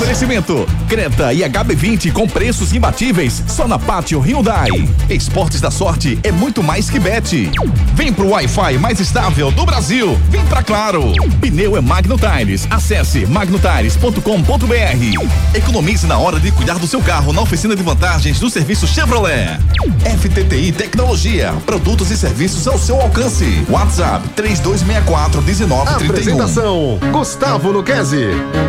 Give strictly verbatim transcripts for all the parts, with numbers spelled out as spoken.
Oferecimento: Creta e H B vinte com preços imbatíveis só na Pátio Hyundai. Esportes da Sorte é muito mais que bet. Vem pro Wi-Fi mais estável do Brasil. Vem pra Claro. Pneu é Magno Tires. Acesse magno tires ponto com ponto br. Economize na hora de cuidar do seu carro na oficina de vantagens do serviço Chevrolet. F T T I Tecnologia. Produtos e serviços ao seu alcance. WhatsApp três dois seis quatro um nove três um. Apresentação: Gustavo Luquezzi.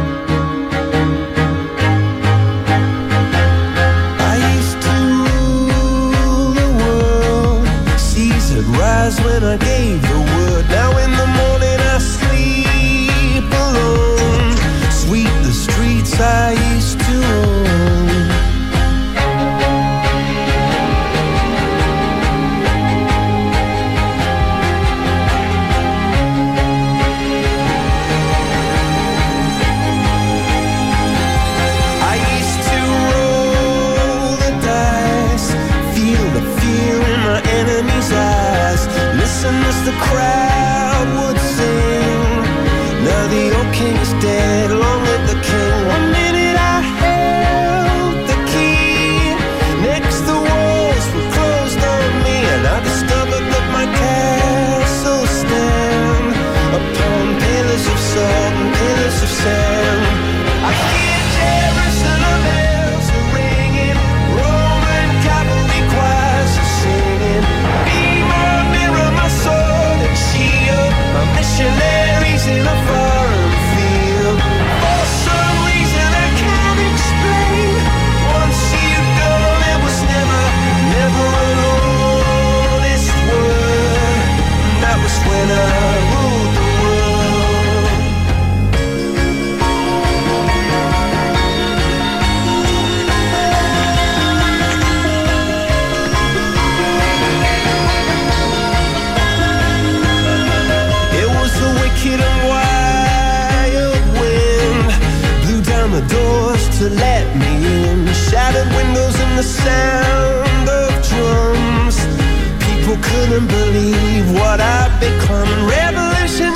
Rise when I gave the word. Now in the morning I sleep alone. Sweep the streets I used to own. I used to roll the dice, feel the fear in my enemy's eyes. Listen as the crowd would sing. Now the old king is dead, long live the king. One minute I held the key, next the walls were closed on me, and I discovered that my castle stand upon pillars of salt and pillars of sand. I hear Jerusalem bells are ringing, Roman cavalry choirs are singing. Be my mirror, my sword and shield, my missionaries in a foreign field. For some reason I can't explain, once you go there was never, never an honest word. That was when I ruled the world. It was the wicked and wild wind, blew down the doors to let me in, shattered windows and the sound of drums. People couldn't believe what I'd become. Revolutionaries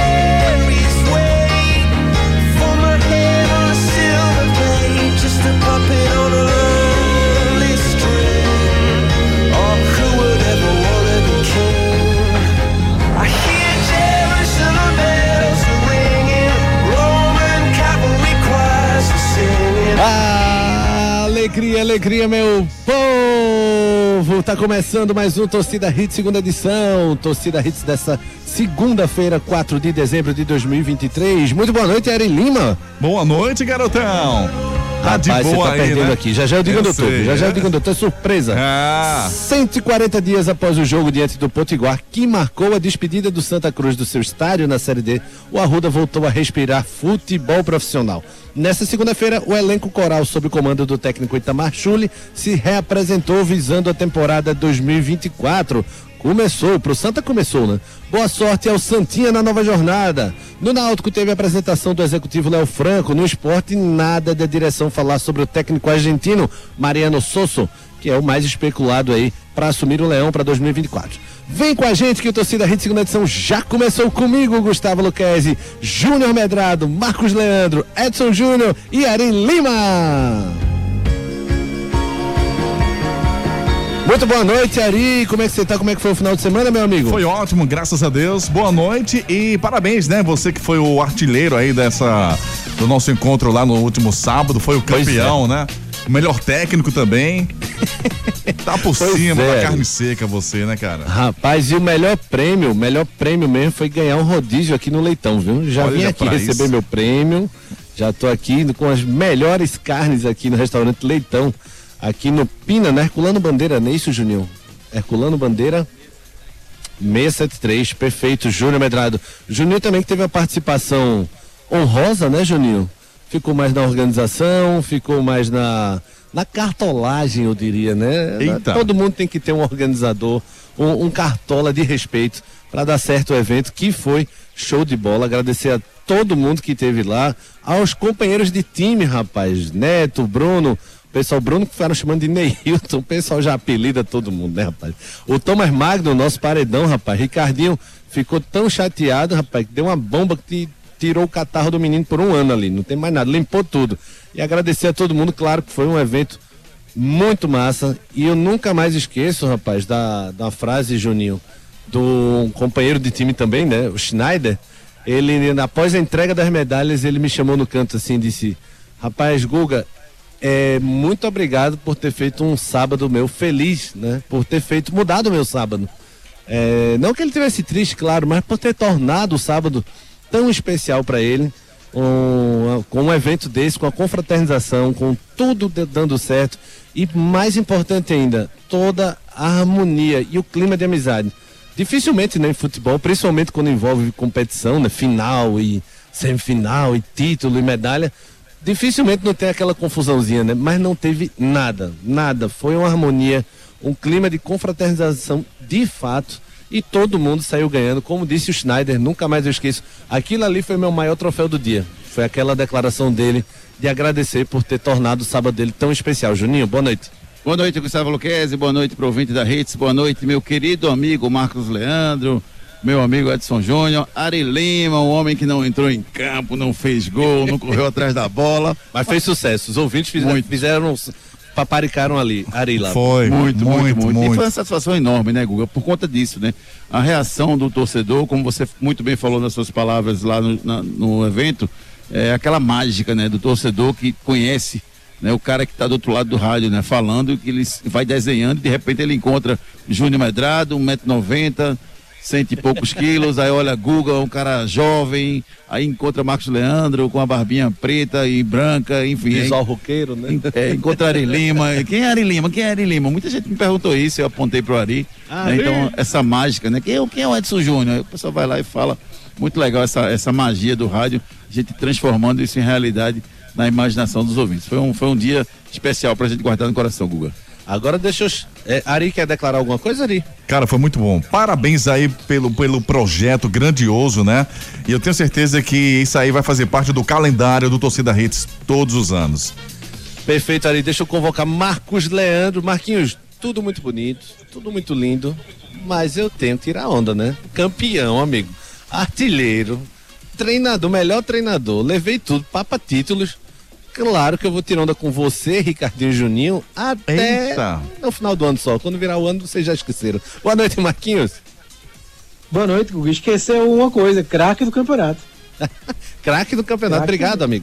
wait for my head on a silver plate, just a puppet on a lonely string. Oh, who would ever want to be king? I hear Jerusalem bells are ringing, Roman cavalry choirs are singing. Ah, alegria, alegria, meu povo! Tá começando mais um Torcida Hits, segunda edição. Torcida Hits dessa segunda-feira, quatro de dezembro de dois mil e vinte e três. Muito boa noite, Eren Lima. Boa noite, garotão. Tá de Rapaz, boa você tá aí, perdendo né? aqui. Já já eu digo Eu onde eu tô. sei, Já já é. eu digo onde eu tô. É surpresa. Ah. cento e quarenta dias após o jogo diante do Potiguar, que marcou a despedida do Santa Cruz do seu estádio na Série D, o Arruda voltou a respirar futebol profissional. Nessa segunda-feira, o elenco coral, sob o comando do técnico Itamar Schulli, se reapresentou visando a temporada dois mil e vinte e quatro. Começou, pro Santa começou, né? Boa sorte ao Santinha na nova jornada. No Náutico teve a apresentação do executivo Léo Franco. No Esporte, nada da direção falar sobre o técnico argentino Mariano Sosso, que é o mais especulado aí para assumir o Leão para dois mil e vinte e quatro. Vem com a gente que o Torcida Hits segunda edição já começou comigo, Gustavo Luquezzi, Júnior Medrado, Marcos Leandro, Edson Júnior e Eren Lima. Muito boa noite, Ari. Como é que você tá? Como é que foi o final de semana, meu amigo? Foi ótimo, graças a Deus. Boa noite e parabéns, né? Você que foi o artilheiro aí dessa do nosso encontro lá no último sábado, foi o campeão, é. né? O melhor técnico também. Tá por pois cima é. da carne seca você, né, cara? Rapaz, e o melhor prêmio, o melhor prêmio mesmo foi ganhar um rodízio aqui no Leitão, viu? Já Olha vim aqui receber isso. meu prêmio. Já tô aqui com as melhores carnes aqui no restaurante Leitão. Aqui no Pina, na Herculano Bandeira, não é isso, Juninho? Herculano Bandeira seiscentos e setenta e três, perfeito, Júnior Medrado. Juninho também que teve a participação honrosa, né, Juninho? Ficou mais na organização, ficou mais na, na cartolagem, eu diria, né? Eita. Todo mundo tem que ter um organizador, um, um cartola de respeito para dar certo o evento, que foi show de bola. Agradecer a todo mundo que esteve lá, aos companheiros de time, rapaz, Neto, Bruno, o pessoal, Bruno que ficaram chamando de Neilton, o pessoal já apelida todo mundo, né, rapaz? O Thomas Magno, nosso paredão, rapaz, Ricardinho ficou tão chateado, rapaz, que deu uma bomba que tirou o catarro do menino por um ano ali, não tem mais nada, limpou tudo. E agradecer a todo mundo, claro que foi um evento muito massa, e eu nunca mais esqueço, rapaz, da, da frase, Juninho, do companheiro de time também, né, o Schneider. Ele, após a entrega das medalhas, ele me chamou no canto assim e disse: rapaz, Guga, é, muito obrigado por ter feito um sábado meu feliz, né? Por ter feito, mudado o meu sábado. É, não que ele tivesse triste, claro, mas por ter tornado o sábado tão especial para ele, um, com um evento desse, com a confraternização, com tudo de, dando certo, e mais importante ainda, toda a harmonia e o clima de amizade. Dificilmente, né, em futebol, principalmente quando envolve competição, né, final e semifinal e título e medalha, dificilmente não tem aquela confusãozinha, né? Mas não teve nada, nada. Foi uma harmonia, um clima de confraternização de fato, e todo mundo saiu ganhando. Como disse o Schneider, nunca mais eu esqueço, aquilo ali foi meu maior troféu do dia. Foi aquela declaração dele de agradecer por ter tornado o sábado dele tão especial. Juninho, boa noite. Boa noite, Gustavo Luquezzi, boa noite para o ouvinte da Hits, boa noite, meu querido amigo Marcos Leandro, meu amigo Edson Júnior, Ari Lima, um homem que não entrou em campo, não fez gol, não correu atrás da bola. Mas fez sucesso, os ouvintes fizeram, muito. fizeram paparicaram ali, Ari lá. Foi, muito, muito, muito, muito. muito. E foi uma satisfação enorme, né, Guga, por conta disso, né? A reação do torcedor, como você muito bem falou nas suas palavras lá no, na, no evento, é aquela mágica, né, do torcedor que conhece, né, o cara que está do outro lado do rádio, né, falando, que ele vai desenhando e de repente ele encontra Júnior Medrado, um metro e noventa, cento e poucos quilos, aí olha Guga, um cara jovem, aí encontra Marcos Leandro com a barbinha preta e branca, enfim. Visual roqueiro, né? É, encontra Ari Lima. Quem é Ari Lima? Quem é Ari Lima? Muita gente me perguntou isso, eu apontei pro Ari. Né, então, essa mágica, né? Quem é, quem é o Edson Júnior? Aí o pessoal vai lá e fala. Muito legal essa, essa magia do rádio, a gente transformando isso em realidade na imaginação dos ouvintes. Foi um, foi um dia especial pra gente guardar no coração, Guga. Agora deixa eu... É, Ari, quer declarar alguma coisa, Ari? Cara, foi muito bom. Parabéns aí pelo, pelo projeto grandioso, né? E eu tenho certeza que isso aí vai fazer parte do calendário do Torcida Hits todos os anos. Perfeito, Ari. Deixa eu convocar Marcos Leandro. Marquinhos, tudo muito bonito, tudo muito lindo, mas eu tenho que tirar onda, né? Campeão, amigo. Artilheiro, treinador, melhor treinador. Levei tudo, papa títulos. Claro que eu vou tirar onda com você, Ricardinho e Juninho, até Eita. no final do ano só. Quando virar o ano, vocês já esqueceram. Boa noite, Marquinhos. Boa noite, Guga. Esqueceu uma coisa, craque do campeonato. Craque do campeonato, craque. Obrigado, amigo.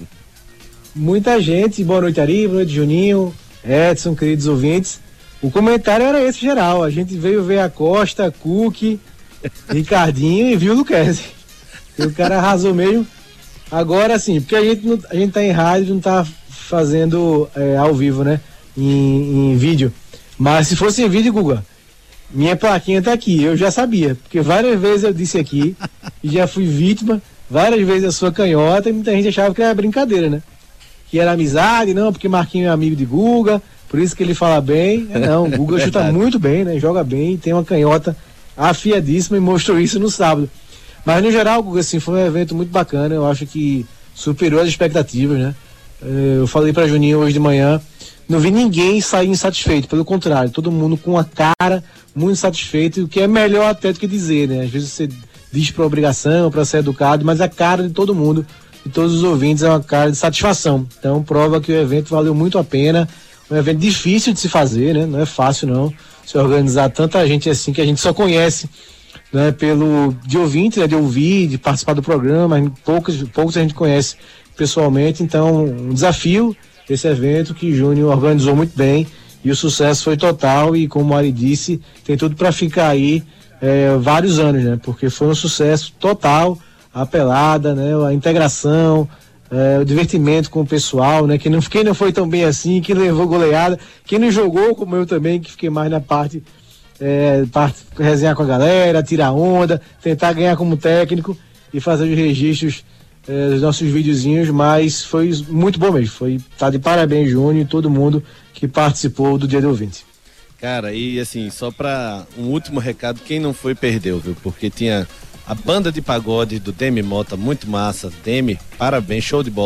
Muita gente, boa noite, Ari, boa noite, Juninho, Edson, queridos ouvintes. O comentário era esse geral, a gente veio ver a Costa, Cook, Ricardinho e viu o Luquezzi. E o cara arrasou mesmo. Agora sim, porque a gente, não, a gente tá em rádio, não tá fazendo é, ao vivo, né? Em, em vídeo. Mas se fosse em vídeo, Guga, minha plaquinha tá aqui, eu já sabia. Porque várias vezes eu disse aqui, e já fui vítima, várias vezes eu sou canhota, e muita gente achava que era brincadeira, né? Que era amizade, não, porque Marquinhos é amigo de Guga, por isso que ele fala bem. Não, o Guga chuta muito bem, né? Joga bem, tem uma canhota afiadíssima e mostrou isso no sábado. Mas no geral, Guga, assim, foi um evento muito bacana, eu acho que superou as expectativas, né? Eu falei pra Juninho hoje de manhã, não vi ninguém sair insatisfeito, pelo contrário, todo mundo com a cara muito satisfeito, o que é melhor até do que dizer, né? Às vezes você diz por obrigação, para ser educado, mas a cara de todo mundo, de todos os ouvintes, é uma cara de satisfação. Então prova que o evento valeu muito a pena, um evento difícil de se fazer, né? Não é fácil não, se organizar tanta gente assim que a gente só conhece, né, pelo de ouvinte, né, de ouvir, de participar do programa, poucos, poucos a gente conhece pessoalmente, então um desafio esse evento que Júnior organizou muito bem e o sucesso foi total e como o Ari disse, tem tudo para ficar aí é, vários anos, né, porque foi um sucesso total, a pelada, né, a integração, é, o divertimento com o pessoal, né, quem não, quem não foi tão bem assim, quem levou goleada, quem não jogou como eu também, que fiquei mais na parte É, para resenhar com a galera, tirar onda, tentar ganhar como técnico e fazer os registros é, dos nossos videozinhos, mas foi muito bom mesmo, foi, tá de parabéns, Júnior, e todo mundo que participou do Dia do Ouvinte. Cara, e assim, só para um último recado, quem não foi perdeu, viu, porque tinha a banda de pagode do Demi Mota, muito massa, Demi, parabéns, show de bola.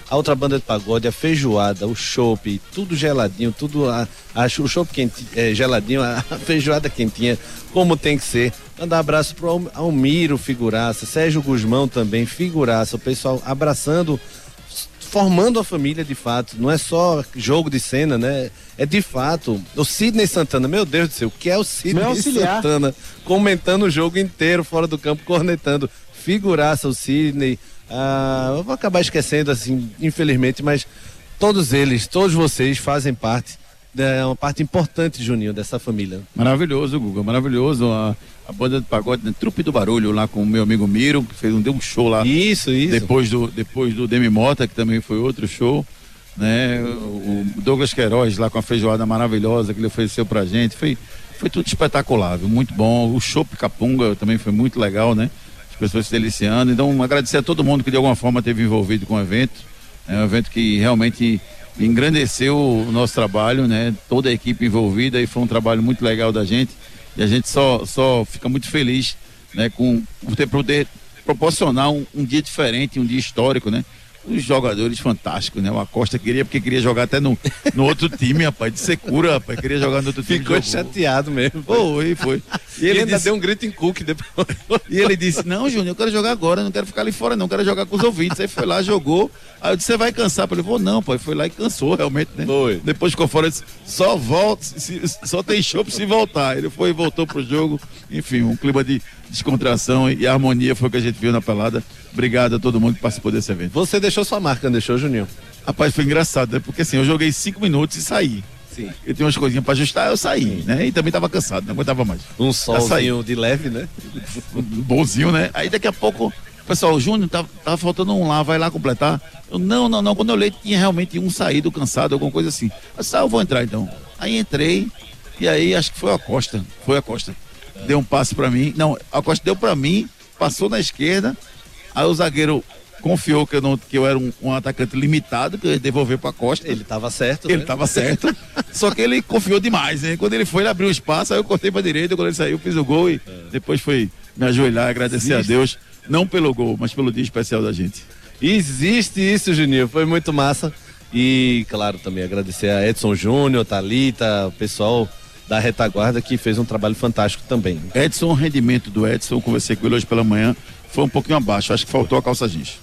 a outra banda de pagode, a feijoada, o chopp, tudo geladinho, tudo a, a, o chopp quente, é, geladinho, a, a feijoada quentinha, como tem que ser. Mandar um abraço pro Almiro, figuraça, Sérgio Guzmão também, figuraça, o pessoal abraçando, formando a família de fato, não é só jogo de cena, né? É de fato, o Sidney Santana, meu Deus do céu, o que é o Sidney Santana? Comentando o jogo inteiro fora do campo, cornetando, figuraça o Sidney, ah, eu vou acabar esquecendo assim, infelizmente, mas todos eles, todos vocês fazem parte, é uma parte importante, Juninho, dessa família. Maravilhoso, Guga, maravilhoso, a, a banda de pagode, né? Trupe do Barulho, lá com o meu amigo Miro, que fez um, deu um show lá. Isso, isso. Depois do, depois do Demi Mota, que também foi outro show, né? O Douglas Queiroz lá com a feijoada maravilhosa que ele ofereceu pra gente, foi, foi tudo espetacular, viu? Muito bom. O show Picapunga também foi muito legal, né? As pessoas se deliciando. Então, agradecer a todo mundo que de alguma forma esteve envolvido com o evento. É um evento que realmente engrandeceu o nosso trabalho, né? Toda a equipe envolvida, e foi um trabalho muito legal da gente, e a gente só, só fica muito feliz, né? Com poder, poder proporcionar um, um dia diferente, um dia histórico, né? Os jogadores fantásticos, né? O Acosta queria, porque queria jogar até no, no outro time, rapaz, de secura, rapaz, queria jogar no outro time. Ficou chateado mesmo. Foi, foi. E ele e ainda disse, deu um grito em Cook depois. E ele disse, não, Júnior, eu quero jogar agora, eu não quero ficar ali fora não, eu quero jogar com os ouvintes. Aí foi lá, jogou, aí eu disse, você vai cansar? Ele falou, não, pai, foi lá e cansou realmente, né? Foi. Depois ficou fora, disse, só volta, se, só tem chopp se voltar. Ele foi e voltou pro jogo, enfim, um clima de descontração e harmonia foi o que a gente viu na pelada. Obrigado a todo mundo que participou desse evento. Você deixou sua marca, não deixou, Juninho? Rapaz, foi engraçado, né? Porque assim, eu joguei cinco minutos e saí. Sim. Eu tinha umas coisinhas pra ajustar, eu saí, Sim. né? E também tava cansado, não aguentava mais. Um solzinho de leve, né? Um bonzinho, né? Aí daqui a pouco, pessoal, o Júnior, tava, tava faltando um lá, vai lá completar. Eu, não, não, não, quando eu olhei, tinha realmente um saído, cansado, alguma coisa assim. Eu disse, ah, eu vou entrar então. Aí entrei, e aí acho que foi a Costa, foi a Costa. Deu um passe pra mim, não, a Costa deu pra mim, passou na esquerda, aí o zagueiro confiou que eu, não, que eu era um, um atacante limitado, que eu ia devolver pra Costa. Ele tava certo, Ele né? tava certo, só que ele confiou demais, né? Quando ele foi, ele abriu o espaço, aí eu cortei pra direita, quando ele saiu, fiz o gol e é. depois foi me ajoelhar, agradecer Existe. a Deus, não pelo gol, mas pelo dia especial da gente. Existe isso, Juninho, foi muito massa. E, claro, também agradecer a Edson Júnior, Thalita, o pessoal da retaguarda que fez um trabalho fantástico também. Edson, o rendimento do Edson, eu conversei com ele hoje pela manhã, foi um pouquinho abaixo, acho que faltou a calça jeans.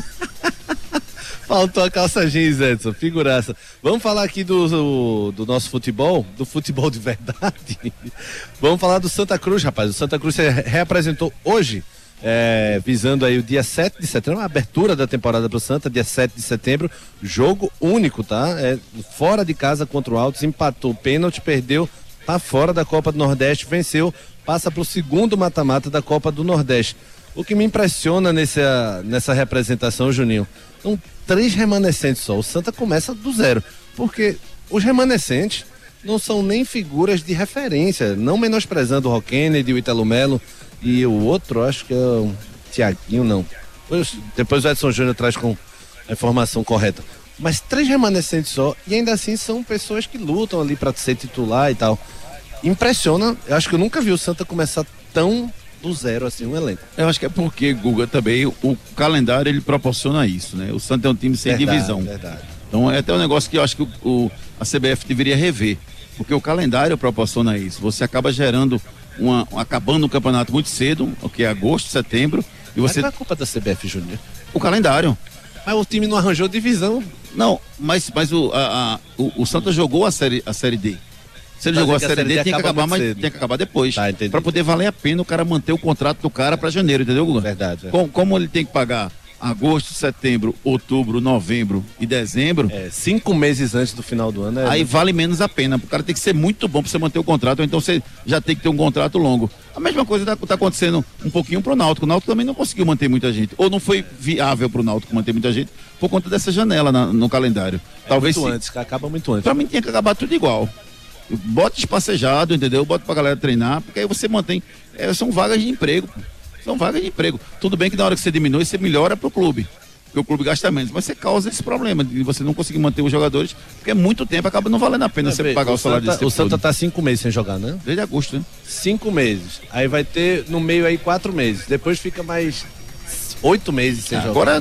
Faltou a calça jeans, Edson, figuraça. Vamos falar aqui do, do, do nosso futebol, do futebol de verdade. Vamos falar do Santa Cruz, rapaz. O Santa Cruz se reapresentou hoje, é, visando aí o dia sete de setembro, a abertura da temporada pro Santa, dia sete de setembro, jogo único, tá? É, fora de casa contra o Altos, empatou pênalti, perdeu, tá fora da Copa do Nordeste, venceu, passa pro segundo mata-mata da Copa do Nordeste. O que me impressiona nessa, nessa representação, Juninho, são três remanescentes só. O Santa começa do zero, porque os remanescentes não são nem figuras de referência, não menosprezando o Rock Kennedy, o Ítalo Melo e o outro, acho que é o Tiaguinho, não. Depois, depois o Edson Júnior traz com a informação correta. Mas três remanescentes só, e ainda assim são pessoas que lutam ali para ser titular e tal. Impressiona, eu acho que eu nunca vi o Santa começar tão do zero assim um elenco. Eu acho que é porque, Guga, também o, o calendário ele proporciona isso, né? O Santa é um time sem verdade, divisão. Verdade. Então é até um negócio que eu acho que o, o, a C B F deveria rever, porque o calendário proporciona isso. Você acaba gerando, uma, um, acabando o campeonato muito cedo, o que é agosto, setembro, e você... Mas não é culpa da C B F, Júnior? O calendário. Mas o time não arranjou divisão. Não, mas, mas o, a, a, o, o Santa jogou a série, a série D. Se ele mas jogou a série, a série D, D tinha que acabar, mas tinha que acabar depois. Tá, para poder valer a pena o cara manter o contrato do cara para janeiro, entendeu, Guga? Verdade. É. Com, como ele tem que pagar agosto, setembro, outubro, novembro e dezembro. É, cinco meses antes do final do ano. É... Aí vale menos a pena. O cara tem que ser muito bom para você manter o contrato, ou então você já tem que ter um contrato longo. A mesma coisa está tá acontecendo um pouquinho pro Náutico. O Náutico também não conseguiu manter muita gente. Ou não foi viável pro Náutico manter muita gente por conta dessa janela na, no calendário. É Talvez muito se... antes, que acaba muito antes. Pra mim tinha que acabar tudo igual. Bota espacejado, entendeu? Bota pra galera treinar, porque aí você mantém. É, são vagas de emprego. São vagas de emprego. Tudo bem que na hora que você diminui, você melhora pro clube. Porque o clube gasta menos. Mas você causa esse problema de você não conseguir manter os jogadores, porque é muito tempo, acaba não valendo a pena é, você bem, pagar o, o salário Santa, desse O Santa todo. tá cinco meses sem jogar, né? Desde agosto, né? Cinco meses. Aí vai ter no meio aí quatro meses. Depois fica mais oito meses sem é, jogar. Agora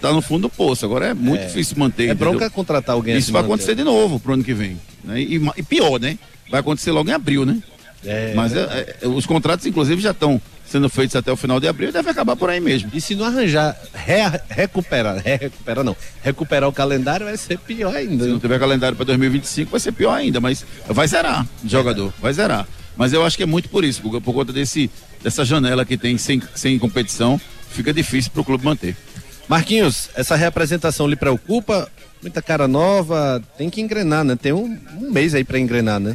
tá no fundo do poço. Agora é muito É. difícil manter. É bronca entendeu? contratar alguém Isso assim, vai manter. acontecer de novo pro ano que vem. Né? E, ma- e pior, né? Vai acontecer logo em abril, né? É, Mas é, é, os contratos, inclusive, já estão sendo feitos até o final de abril e deve acabar por aí mesmo. E se não arranjar, re- recuperar, re- recuperar não, recuperar o calendário vai ser pior ainda. Se não tiver calendário para dois mil e vinte e cinco, vai ser pior ainda, mas vai zerar o jogador, vai zerar. Mas eu acho que é muito por isso, Guga, por conta desse, dessa janela que tem sem, sem competição, fica difícil para o clube manter. Marquinhos, essa reapresentação lhe preocupa? Muita cara nova, tem que engrenar, né? Tem um, um mês aí para engrenar, né?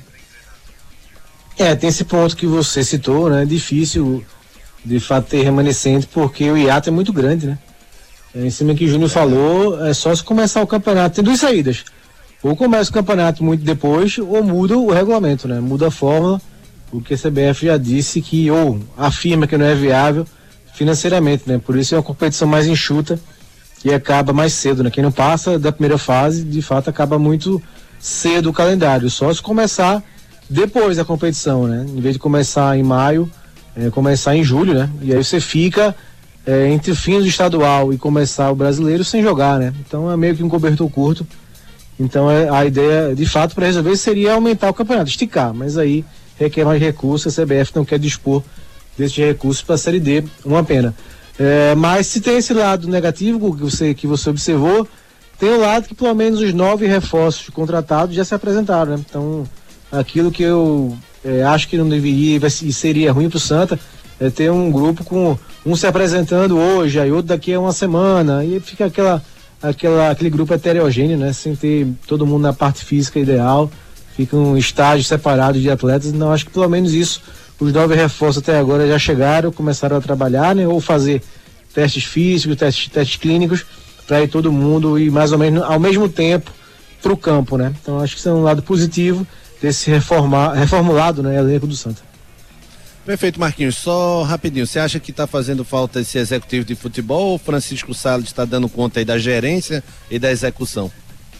É, tem esse ponto que você citou, né? É difícil de fato ter remanescente porque o hiato é muito grande, né? É, em cima que o Júnior falou, é só se começar o campeonato. Tem duas saídas. Ou começa o campeonato muito depois, ou muda o regulamento, né? Muda a fórmula, porque a C B F já disse que, ou afirma que não é viável financeiramente, né? Por isso é uma competição mais enxuta e acaba mais cedo, né? Quem não passa da primeira fase, de fato, acaba muito cedo o calendário. Só se começar depois da competição, né? Em vez de começar em maio, é, começar em julho, né? E aí você fica é, entre o fim do estadual e começar o brasileiro sem jogar, né? Então é meio que um cobertor curto. Então é, a ideia, de fato, para resolver seria aumentar o campeonato, esticar, mas aí requer mais recursos, a C B F não quer dispor desses recursos para a Série D, uma pena. É, mas se tem esse lado negativo que você, que você observou, tem o lado que pelo menos os nove reforços contratados já se apresentaram, né? Então, aquilo que eu é, acho que não deveria e seria ruim para o Santa é ter um grupo com um se apresentando hoje, aí outro daqui a uma semana, e fica aquela, aquela, aquele grupo heterogêneo, né? Sem ter todo mundo na parte física ideal, fica um estágio separado de atletas. Não, acho que pelo menos isso, os nove reforços até agora já chegaram, começaram a trabalhar, né? Ou fazer testes físicos, testes, testes clínicos, para ir todo mundo e mais ou menos ao mesmo tempo para o campo, né? Então acho que isso é um lado positivo desse reformar, reformulado, né, elenco do Santa. Perfeito, Marquinhos. Só rapidinho, você acha que está fazendo falta esse executivo de futebol ou Francisco Salles está dando conta aí da gerência e da execução?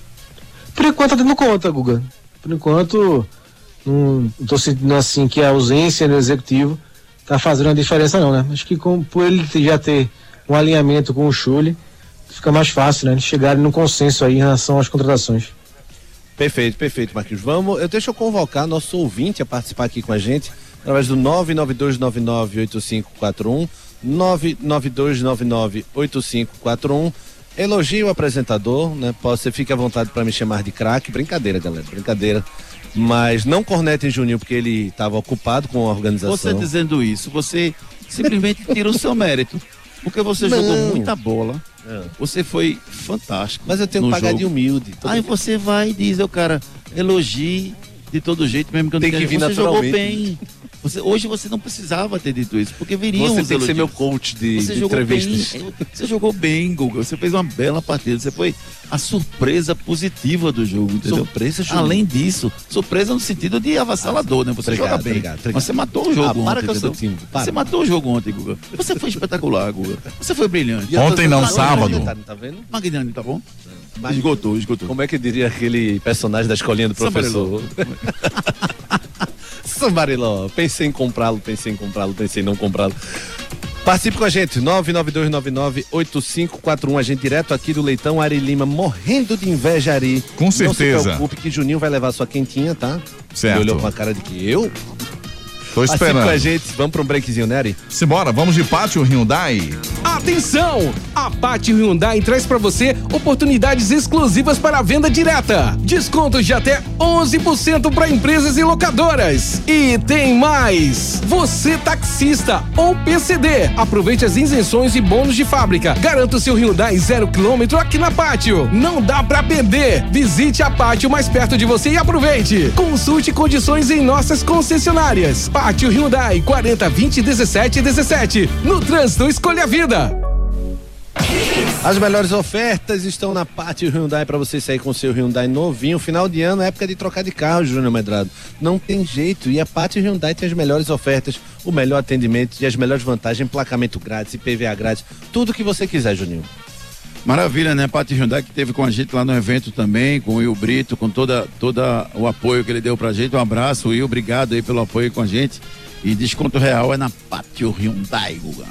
Por enquanto tá dando conta, Guga. Por enquanto não estou sentindo assim que a ausência do executivo tá fazendo a diferença não, né? Acho que com, por ele já ter um alinhamento com o Chuli, fica mais fácil, né? De chegarem num consenso aí em relação às contratações. Perfeito, perfeito, Marquinhos. Vamos, eu deixo eu convocar nosso ouvinte a participar aqui com a gente, através do nove nove dois nove nove oito cinco quatro um, nove nove dois nove nove oito cinco quatro um. Elogie o apresentador, né? Você fique à vontade para me chamar de craque. Brincadeira, galera, brincadeira. Mas não cornetem Juninho, porque ele estava ocupado com a organização. Você dizendo isso, você simplesmente tira o seu mérito. Porque você Não. jogou muita bola. É. Você foi fantástico. Mas eu tenho que no pagar jogo. de humilde. Tudo Aí bem. você vai e diz, o cara, elogie de todo jeito, mesmo que eu não Tem que quero. vir Você jogou naturalmente. bem. Você, hoje você não precisava ter dito isso, porque viriam Você os tem que ser meu elogios. coach de, Você de jogou entrevistas. bem, você jogou bem, Guga. Você fez uma bela partida. Você foi a surpresa positiva do jogo, entendeu? Surpresa, Juninho? Além disso, surpresa no sentido de avassalador, né? Você Obrigado, joga bem. obrigado, obrigado. Mas você matou o jogo Ah, ontem, para com o seu entendeu? time, para. Você matou o jogo ontem, Guga. Você foi espetacular, Guga. Você foi brilhante. E eu tô- Ontem não, tá- sábado. Tá, tá vendo? Magnânimo, tá bom? Mas- Esgotou, esgotou. Como é que diria aquele personagem da escolinha do professor? Sambariló, pensei em comprá-lo, pensei em comprá-lo, pensei em não comprá-lo. Participe com a gente, nove nove dois nove nove oito cinco quatro um, a gente direto aqui do Leitão, Ari Lima, morrendo de inveja, Ari. Com certeza. Não se preocupe que Juninho vai levar sua quentinha, tá? Certo. Ele olhou com a cara de que eu? Tô Participe esperando. com a gente, vamos para um breakzinho, né, Ari? Simbora, vamos de Pátio Hyundai. Atenção! A Pátio Hyundai traz para você oportunidades exclusivas para a venda direta. Descontos de até onze por cento para empresas e locadoras. E tem mais! Você taxista ou P C D, aproveite as isenções e bônus de fábrica. Garanta o seu Hyundai zero quilômetro aqui na Pátio. Não dá para perder. Visite a Pátio mais perto de você e aproveite. Consulte condições em nossas concessionárias. Pátio Hyundai quarenta vinte dezessete dezessete. No trânsito, escolha a vida. As melhores ofertas estão na Pátio Hyundai para você sair com o seu Hyundai novinho. Final de ano, época de trocar de carro, Júnior Medrado. Não tem jeito. E a Pátio Hyundai tem as melhores ofertas, o melhor atendimento e as melhores vantagens, emplacamento grátis, I P V A grátis, tudo que você quiser, Juninho. Maravilha, né? Pátio Hyundai que teve com a gente lá no evento também, com o Will Brito, com toda, toda o apoio que ele deu pra gente. Um abraço, Will, obrigado aí pelo apoio com a gente. E desconto real é na Pátio Hyundai, Guga.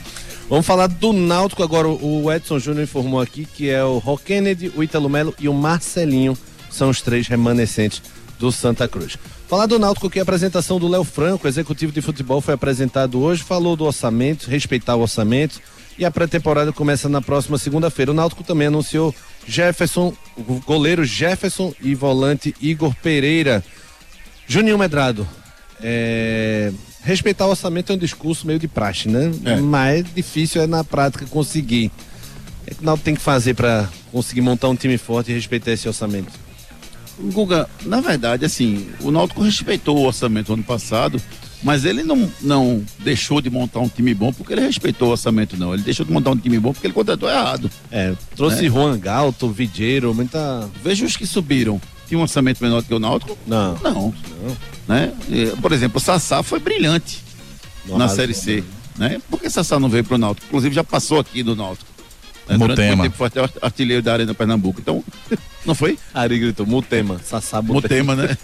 Vamos falar do Náutico agora. O Edson Júnior informou aqui que é o Rock Kennedy, o Ítalo Melo e o Marcelinho são os três remanescentes do Santa Cruz. Falar do Náutico, que a apresentação do Léo Franco, executivo de futebol, foi apresentado hoje, falou do orçamento, respeitar o orçamento, e a pré-temporada começa na próxima segunda-feira. O Náutico também anunciou Jefferson, o goleiro Jefferson e volante Igor Pereira. Juninho Medrado, é... respeitar o orçamento é um discurso meio de praxe, né? É. Mas difícil é na prática conseguir. O que o Náutico tem que fazer para conseguir montar um time forte e respeitar esse orçamento? Guga, na verdade, assim, o Náutico respeitou o orçamento ano passado, mas ele não, não deixou de montar um time bom porque ele respeitou o orçamento, não. Ele deixou de montar um time bom porque ele contratou errado. É, trouxe né? Juan Galto, Vidiero, muita... Veja os que subiram. Tinha um orçamento menor do que o Náutico? Não. Não. não. Né? E, por exemplo, o Sassá foi brilhante não, na Série C. Né? Por que Sassá não veio pro Náutico? Inclusive já passou aqui do Náutico. Né? Durante muito tempo foi até artilheiro da Arena Pernambuco. Então, não foi? Ari gritou, Mutema, Sassá Mutema. Mutema, né?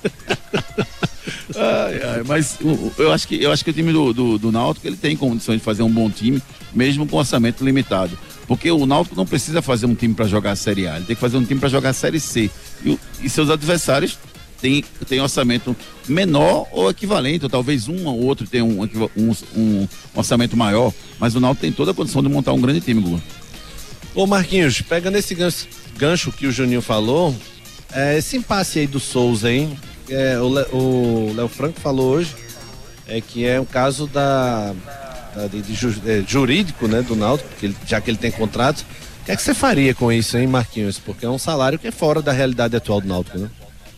ai, ai, mas eu acho, que, eu acho que o time do, do, do Náutico, ele tem condições de fazer um bom time, mesmo com orçamento limitado. Porque o Náutico não precisa fazer um time para jogar a Série A, ele tem que fazer um time para jogar a Série C. E, e seus adversários têm, têm orçamento menor ou equivalente, ou talvez um ou outro tenha um, um, um orçamento maior, mas o Náutico tem toda a condição de montar um grande time, Guga. Ô Marquinhos, pegando esse gancho, gancho que o Juninho falou, é, esse impasse aí do Souza, hein? É, o Léo Franco falou hoje é, que é um caso da, da de, de, de, é, jurídico, né, do Náutico, que ele, já que ele tem contrato. O que é que você faria com isso, hein, Marquinhos? Porque é um salário que é fora da realidade atual do Náutico, né?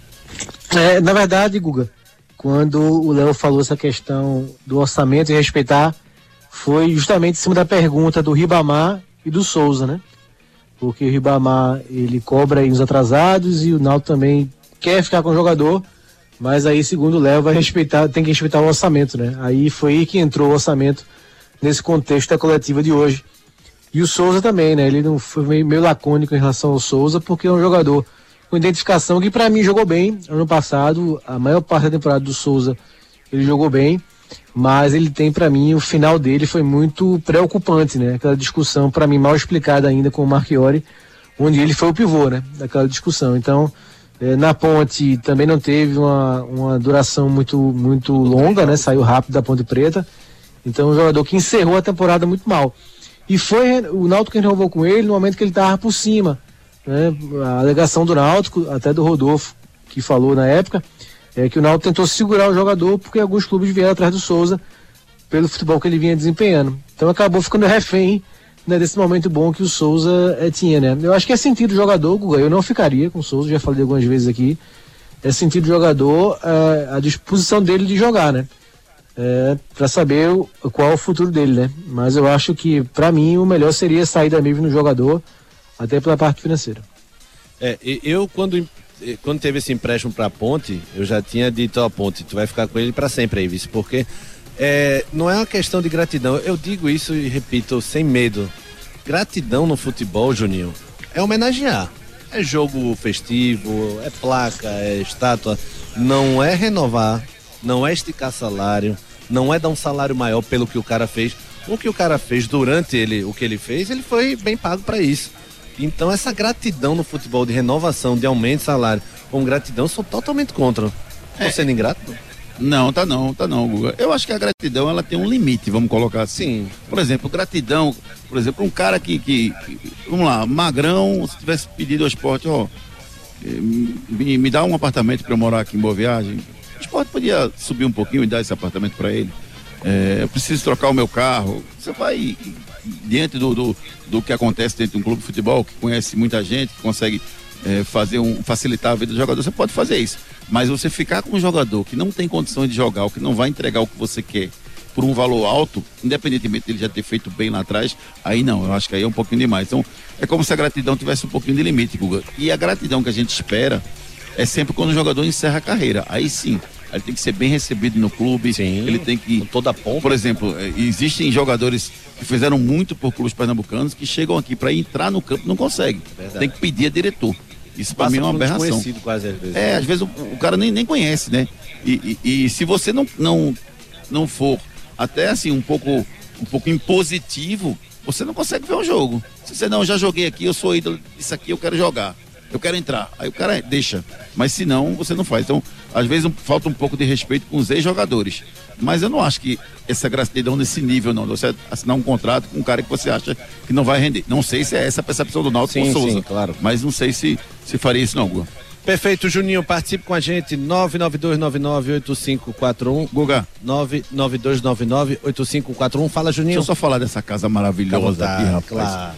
É, na verdade, Guga, quando o Léo falou essa questão do orçamento e respeitar, foi justamente em cima da pergunta do Ribamar e do Souza, né? Porque o Ribamar, ele cobra aí os atrasados e o Náutico também quer ficar com o jogador, mas aí, segundo o Léo, vai respeitar, tem que respeitar o orçamento, né? Aí foi aí que entrou o orçamento nesse contexto da coletiva de hoje. E o Souza também, né? Ele não foi meio, meio lacônico em relação ao Souza, porque é um jogador com identificação que pra mim jogou bem. Ano passado, a maior parte da temporada do Souza, ele jogou bem, mas ele tem, pra mim, o final dele foi muito preocupante, né? Aquela discussão, pra mim, mal explicada ainda com o Marchiori, onde ele foi o pivô, né? Daquela discussão. Então, eh, na Ponte também não teve uma, uma duração muito, muito longa, né? Saiu rápido da Ponte Preta. Então, um jogador que encerrou a temporada muito mal. E foi o Náutico que renovou com ele no momento que ele estava por cima, né? A alegação do Náutico, até do Rodolfo, que falou na época, é que o Náutico tentou segurar o jogador porque alguns clubes vieram atrás do Souza pelo futebol que ele vinha desempenhando. Então acabou ficando refém, né, desse momento bom que o Souza é, tinha, né? Eu acho que é sentido do jogador, Guga, eu não ficaria com o Souza, já falei algumas vezes aqui, é sentido do jogador é, a disposição dele de jogar, né? É, para saber o, qual é o futuro dele, né? Mas eu acho que, para mim, o melhor seria sair da nível no jogador, até pela parte financeira. É, eu quando quando teve esse empréstimo para a Ponte, eu já tinha dito à Ponte, tu vai ficar com ele para sempre aí, vice, porque é, não é uma questão de gratidão. Eu digo isso e repito sem medo. Gratidão no futebol, Juninho, é homenagear. É jogo festivo, é placa, é estátua. Não é renovar, não é esticar salário, não é dar um salário maior pelo que o cara fez. O que o cara fez durante ele, o que ele fez, ele foi bem pago para isso. Então essa gratidão no futebol de renovação, de aumento de salário, com gratidão, sou totalmente contra. Estou é, sendo ingrato? Não, tá não, tá não, Guga. Eu acho que a gratidão, ela tem um limite, vamos colocar assim. Por exemplo, gratidão, por exemplo, um cara que, que, que vamos lá, Magrão, se tivesse pedido ao Sport, ó, me, me dá um apartamento para eu morar aqui em Boa Viagem, o Sport podia subir um pouquinho e dar esse apartamento para ele. É, eu preciso trocar o meu carro. Você vai diante do, do, do que acontece dentro de um clube de futebol, que conhece muita gente, que consegue é, fazer um, facilitar a vida do jogador, você pode fazer isso. Mas você ficar com um jogador que não tem condições de jogar, ou que não vai entregar o que você quer por um valor alto, independentemente dele já ter feito bem lá atrás, aí não, eu acho que aí é um pouquinho demais. Então, é como se a gratidão tivesse um pouquinho de limite, Guga. E a gratidão que a gente espera é sempre quando o jogador encerra a carreira. Aí sim, ele tem que ser bem recebido no clube. Sim, ele tem que, com toda a pompa. Por exemplo, existem jogadores que fizeram muito por clubes pernambucanos que chegam aqui para entrar no campo, não conseguem. Verdade. Tem que pedir a diretor. Isso para mim é uma aberração. Quase às vezes. É, às vezes o, o cara nem, nem conhece, né? E, e, e se você não, não, não for até assim um pouco, um pouco impositivo, você não consegue ver um jogo. Se você não, eu já joguei aqui, eu sou ídolo, isso aqui eu quero jogar, eu quero entrar. Aí o cara deixa, mas se não, você não faz. Então, às vezes um, falta um pouco de respeito com os ex-jogadores. Mas eu não acho que essa gratidão nesse nível, não. Você assinar um contrato com um cara que você acha que não vai render. Não sei se é essa a percepção do Náutico com o Souza. Sim, claro. Mas não sei se, se faria isso não, Guga. Perfeito, Juninho, participe com a gente, nove nove dois nove nove oito cinco quatro um. Guga. nove nove dois nove nove oito cinco quatro um. Fala, Juninho. Deixa eu só falar dessa casa maravilhosa aqui, rapaz. Claro.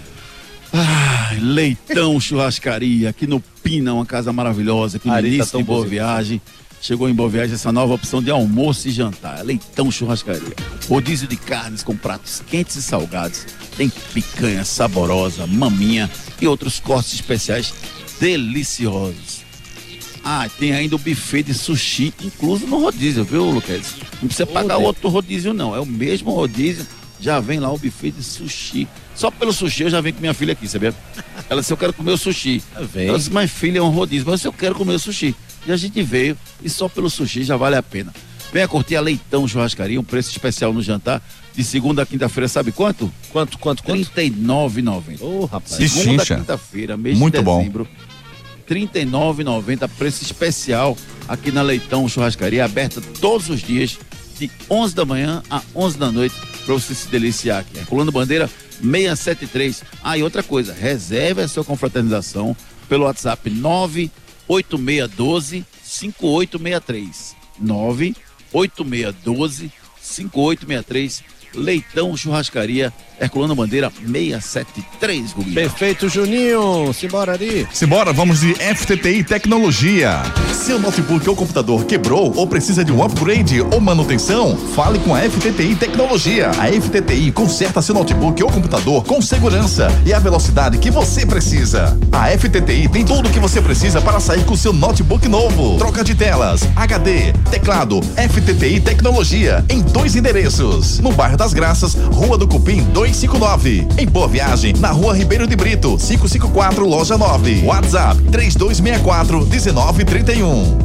Ah, Leitão Churrascaria, aqui no Pina, uma casa maravilhosa, aqui no Ari, início tá de tão Boa bonito. Viagem. Chegou em Boa Viagem essa nova opção de almoço e jantar. Leitão Churrascaria. Rodízio de carnes com pratos quentes e salgados. Tem picanha saborosa, maminha e outros cortes especiais deliciosos. Ah, tem ainda o buffet de sushi incluso no rodízio, viu, Lucas? Não precisa pagar outro rodízio, não. É o mesmo rodízio. Já vem lá o buffet de sushi. Só pelo sushi eu já venho com minha filha aqui, sabia? Ela disse, eu quero comer o sushi. Vem. Ela disse, mas filha, é um rodízio. Mas eu quero comer o sushi. E a gente veio e só pelo sushi já vale a pena. Venha curtir a Leitão Churrascaria, um preço especial no jantar. De segunda a quinta-feira, sabe quanto? Quanto, quanto, quanto? trinta e nove reais e noventa centavos. Ô, rapaz. Que Segunda a chincha. quinta-feira, mês Muito de bom. dezembro. trinta e nove reais e noventa centavos, preço especial aqui na Leitão Churrascaria, aberta todos os dias, de onze da manhã a onze da noite, para você se deliciar aqui. Herculano Bandeira seiscentos e setenta e três. Ah, e outra coisa, reserve a sua confraternização pelo WhatsApp nove oito seis um dois cinco oito seis três. nove oito seis um dois cinco oito seis três. Leitão Churrascaria, Herculano Bandeira seiscentos e setenta e três, Guguinho. Perfeito, Juninho. Simbora ali. Simbora, vamos de F T T I Tecnologia. Seu notebook ou computador quebrou ou precisa de um upgrade ou manutenção? Fale com a F T T I Tecnologia. A F T T I conserta seu notebook ou computador com segurança e a velocidade que você precisa. A F T T I tem tudo o que você precisa para sair com seu notebook novo. Troca de telas, H D, teclado, F T T I Tecnologia em dois endereços. No bairro das Graças, Rua do Cupim duzentos e cinquenta e nove. Em Boa Viagem, na Rua Ribeiro de Brito, quinhentos e cinquenta e quatro, Loja nove. WhatsApp três dois seis quatro um nove três um.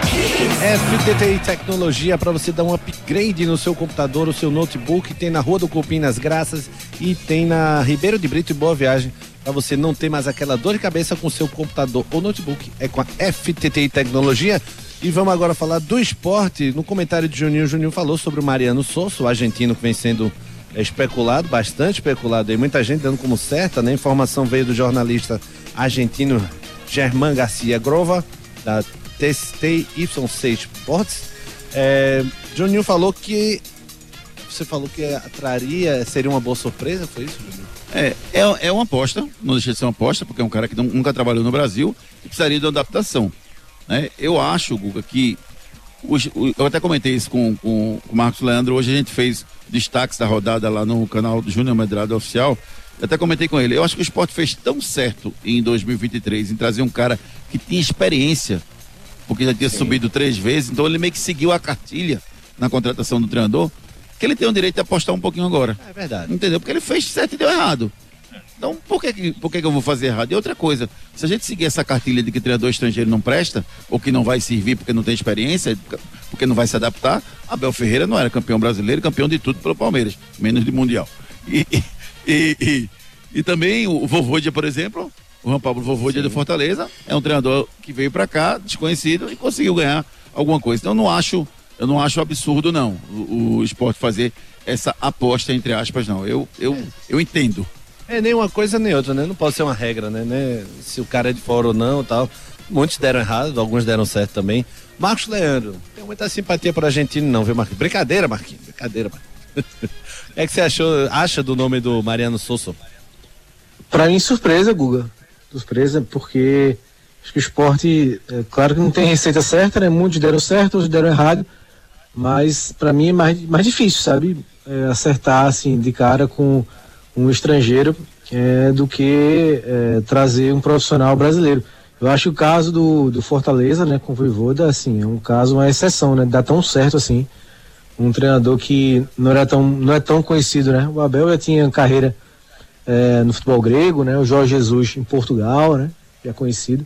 F T T I Tecnologia, para você dar um upgrade no seu computador, o seu notebook, tem na Rua do Cupim, nas Graças, e tem na Ribeiro de Brito e Boa Viagem, para você não ter mais aquela dor de cabeça com o seu computador ou notebook, é com a F T T I Tecnologia. E vamos agora falar do esporte. No comentário de Juninho, o Juninho falou sobre o Mariano Souza, o argentino que vem sendo é, especulado, bastante especulado, e muita gente dando como certa, né? A informação veio do jornalista argentino Germán Garcia Grova, da T Y C Sports. É, Juninho falou que você falou que atraria, seria uma boa surpresa, foi isso, Juninho? É, é, é uma aposta, não deixa de ser uma aposta, porque é um cara que não, nunca trabalhou no Brasil e precisaria de uma adaptação. Né? Eu acho, Guga, que hoje, eu até comentei isso com, com, com o Marcos Leandro. Hoje a gente fez destaques da rodada lá no canal do Júnior Medrado Oficial. Eu até comentei com ele. Eu acho que o Sport fez tão certo em dois mil e vinte e três em trazer um cara que tinha experiência, porque já tinha Sim. subido três vezes, então ele meio que seguiu a cartilha na contratação do treinador, que ele tem o direito de apostar um pouquinho agora. É verdade. Entendeu? Porque ele fez certo e deu errado. Então, por que, que, por que, que eu vou fazer errado? E outra coisa, se a gente seguir essa cartilha de que treinador estrangeiro não presta, ou que não vai servir porque não tem experiência, porque não vai se adaptar, Abel Ferreira não era campeão brasileiro, campeão de tudo pelo Palmeiras, menos de Mundial. E, e, e, e, e também o Vovôdia, por exemplo, o Juan Pablo Vovôdia do Fortaleza, é um treinador que veio pra cá, desconhecido, e conseguiu ganhar alguma coisa. Então, eu não acho, eu não acho absurdo, não, o, o Sport fazer essa aposta, entre aspas, não. Eu, eu, eu entendo. É, nem uma coisa nem outra, né? Não pode ser uma regra, né? né? Se o cara é de fora ou não e tal. Muitos deram errado, alguns deram certo também. Marcos Leandro, não tem muita simpatia por argentino não, viu, Marquinhos? Brincadeira, Marquinhos, brincadeira, Marquinhos. O que é que você achou, acha do nome do Mariano Souza? Pra mim, surpresa, Guga. Surpresa, porque acho que o esporte, é claro que não tem receita certa, né? Muitos deram certo, outros deram errado, mas pra mim é mais, mais difícil, sabe? É, acertar, assim, de cara com um estrangeiro é, do que é, trazer um profissional brasileiro. Eu acho que o caso do, do Fortaleza, né, com o Vojvoda, assim, é um caso, uma exceção, né, dá tão certo assim, um treinador que não era tão, não é tão conhecido, né, o Abel já tinha carreira é, no futebol grego, né, o Jorge Jesus em Portugal, né, já conhecido,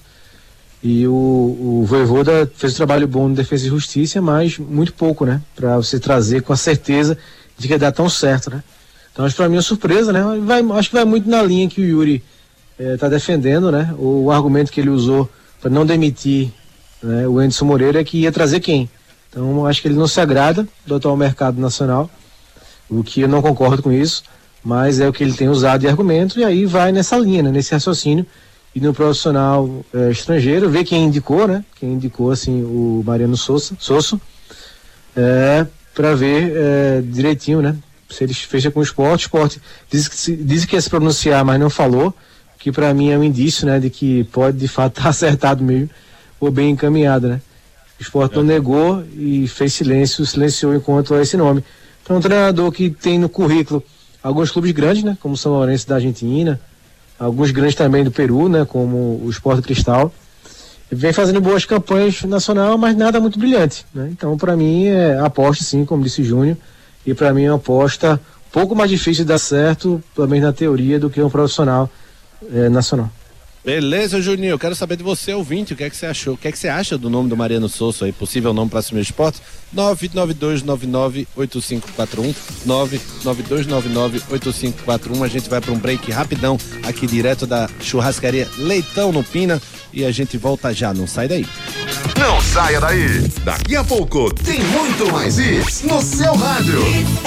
e o, o Vojvoda fez um trabalho bom no Defesa e Justiça, mas muito pouco, né, para você trazer com a certeza de que dá tão certo, né. Então acho que pra mim é surpresa, né? Vai, acho que vai muito na linha que o Yuri está defendendo, né? O, o argumento que ele usou para não demitir, né, o Anderson Moreira é que ia trazer quem? Então acho que ele não se agrada do atual mercado nacional, o que eu não concordo com isso, mas é o que ele tem usado de argumento, e aí vai nessa linha, né, nesse raciocínio, e no profissional é, estrangeiro, ver quem indicou, né? Quem indicou assim o Mariano Souza, Sosso, é, para ver é, direitinho, né? Se ele fecha com o esporte, o esporte diz que, diz que ia se pronunciar, mas não falou, que para mim é um indício, né, de que pode de fato estar acertado mesmo, ou bem encaminhado, né? O esporte é. não negou e fez silêncio, silenciou enquanto a esse nome. Então, um treinador que tem no currículo alguns clubes grandes, né, como o São Lourenço da Argentina, alguns grandes também do Peru, né, como o Sport Cristal, vem fazendo boas campanhas nacional, mas nada muito brilhante, né? Então, para mim, é aposta, sim, como disse Júnior, e para mim é uma aposta um pouco mais difícil de dar certo, pelo menos na teoria, do que um profissional É, nacional. Beleza, Juninho, eu quero saber de você, ouvinte, o que é que você achou, o que é que você acha do nome do Mariano Souza aí, possível nome para assumir o esporte? nove nove dois nove nove oito cinco quatro um, nove nove dois nove nove oito cinco quatro um. A gente vai para um break rapidão aqui direto da churrascaria Leitão no Pina e a gente volta já, não sai daí. Não saia daí, daqui a pouco tem muito mais isso no seu rádio.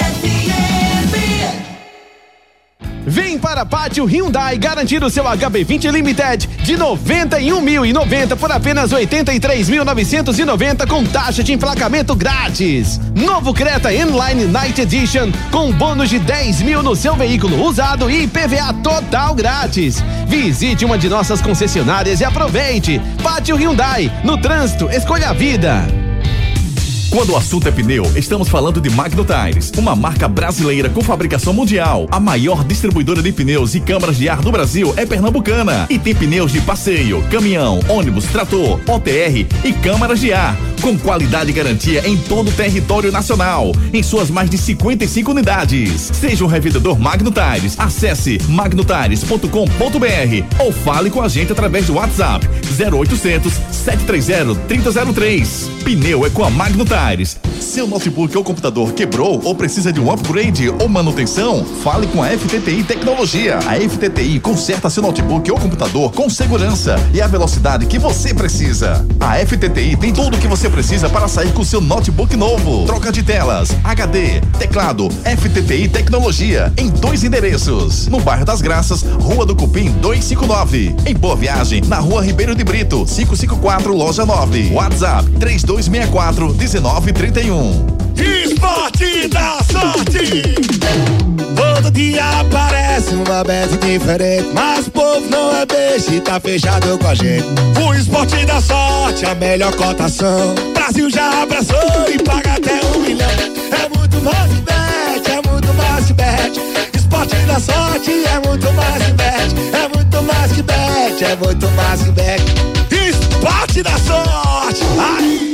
Vem para a Pátio Hyundai garantir o seu H B vinte Limited de noventa e um mil e noventa por apenas oitenta e três mil novecentos e noventa com taxa de emplacamento grátis. Novo Creta N-Line Night Edition com bônus de dez mil no seu veículo usado e I P V A total grátis. Visite uma de nossas concessionárias e aproveite. Pátio Hyundai, no trânsito, escolha a vida. Quando o assunto é pneu, estamos falando de Magno Tires, uma marca brasileira com fabricação mundial. A maior distribuidora de pneus e câmaras de ar do Brasil é pernambucana e tem pneus de passeio, caminhão, ônibus, trator, O T R e câmaras de ar, com qualidade e garantia em todo o território nacional, em suas mais de cinquenta e cinco unidades. Seja um revendedor Magno Tires, acesse magno tires ponto com ponto b r ou fale com a gente através do WhatsApp zero oitocentos, sete três zero, três zero zero três. Pneu é com a Magno Tires. Seu notebook ou computador quebrou ou precisa de um upgrade ou manutenção? Fale com a F T T I Tecnologia. A F T T I conserta seu notebook ou computador com segurança e a velocidade que você precisa. A F T T I tem tudo o que você precisa para sair com seu notebook novo. Troca de telas, H D, teclado, F T T I Tecnologia, em dois endereços. No bairro das Graças, Rua do Cupim duzentos e cinquenta e nove. Em Boa Viagem, na Rua Ribeiro de Brito, quinhentos e cinquenta e quatro, loja nove. WhatsApp três dois seis quatro, um nove três um. Esporte da sorte. Todo dia aparece uma bet diferente, mas o povo não é beijo e tá fechado com a gente. O Esporte da Sorte, a melhor cotação. Brasil já abraçou e paga até um milhão. É muito mais que bet, é muito mais que bet. Esporte da Sorte é muito mais que bet, é muito mais que bet, é muito mais que bet. Esporte da Sorte. Ai.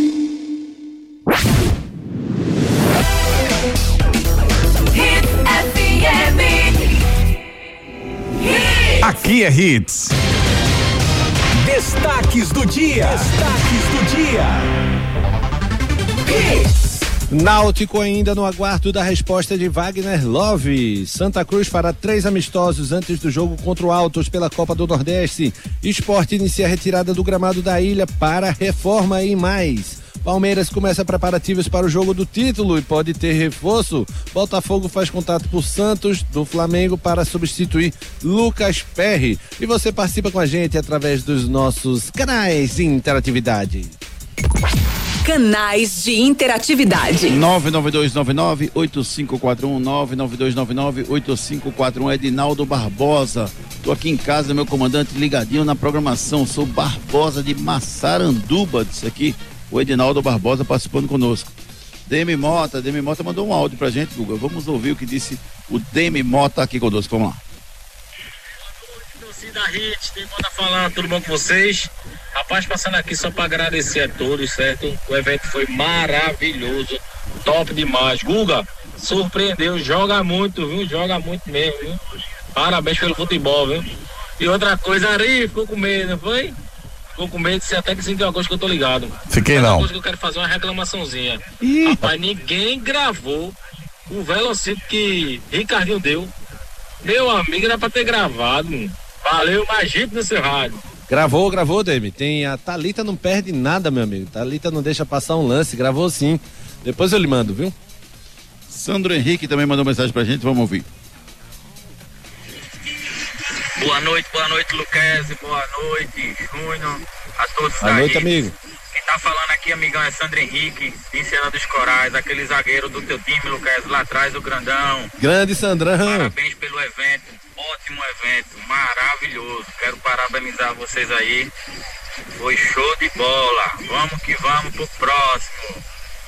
Aqui é Hits. Destaques do dia. Destaques do dia. Hits. Náutico ainda no aguardo da resposta de Wagner Love. Santa Cruz fará três amistosos antes do jogo contra o Altos pela Copa do Nordeste. Sport inicia a retirada do gramado da ilha para reforma e mais. Palmeiras começa preparativos para o jogo do título e pode ter reforço. Botafogo faz contato por Santos do Flamengo para substituir Lucas Perry. E você participa com a gente através dos nossos canais de interatividade. Canais de interatividade. nove nove dois nove nove oito cinco quatro um, nove nove dois nove nove oito cinco quatro um. Edinaldo Barbosa. Tô aqui em casa, meu comandante, ligadinho na programação. Sou Barbosa de Massaranduba, disse aqui o Edinaldo Barbosa participando conosco. Demi Mota, Demi Mota mandou um áudio pra gente, Guga. Vamos ouvir o que disse o Demi Mota aqui conosco. Vamos lá. Torcida Hits, tem Mota falando, tudo bom com vocês? Rapaz, passando aqui só pra agradecer a todos, certo? O evento foi maravilhoso, top demais. Guga, surpreendeu, joga muito, viu? Joga muito mesmo, viu? Parabéns pelo futebol, viu? E outra coisa, Ari, ficou com medo, não foi? Ficou com medo de ser até que sentiu uma coisa que eu tô ligado. Fiquei Mas não. Uma coisa que eu quero fazer uma reclamaçãozinha. Ih. Rapaz, ninguém gravou o velocímetro que Ricardinho deu, meu amigo, era pra ter gravado. Valeu, mais gente no seu rádio. Gravou, gravou, Demi. Tem a Thalita não perde nada, meu amigo. Thalita não deixa passar um lance, gravou sim. Depois eu lhe mando, viu? Sandro Henrique também mandou mensagem pra gente, vamos ouvir. Boa noite, boa noite, Luquezzi, boa noite, Júnior, a todos boa da noite, rede. amigo. Quem tá falando aqui, amigão, é Sandro Henrique, de Cena dos Corais, aquele zagueiro do teu time, Luquezzi, lá atrás, o grandão. Grande Sandrão. Parabéns pelo evento, ótimo evento, maravilhoso. Quero parabenizar vocês aí, foi show de bola. Vamos que vamos pro próximo.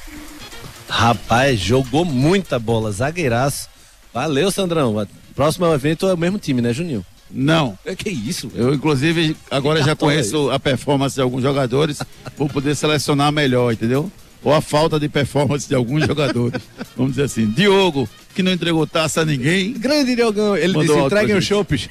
Rapaz, jogou muita bola, zagueiraço. Valeu, Sandrão. Próximo evento é o mesmo time, né, Juninho? Não. É que isso? Eu, inclusive, agora já conheço a performance de alguns jogadores, vou poder selecionar melhor, entendeu? Ou a falta de performance de alguns jogadores. Vamos dizer assim, Diogo, que não entregou taça a ninguém. Grande Diogão, ele disse, entreguem os chopes.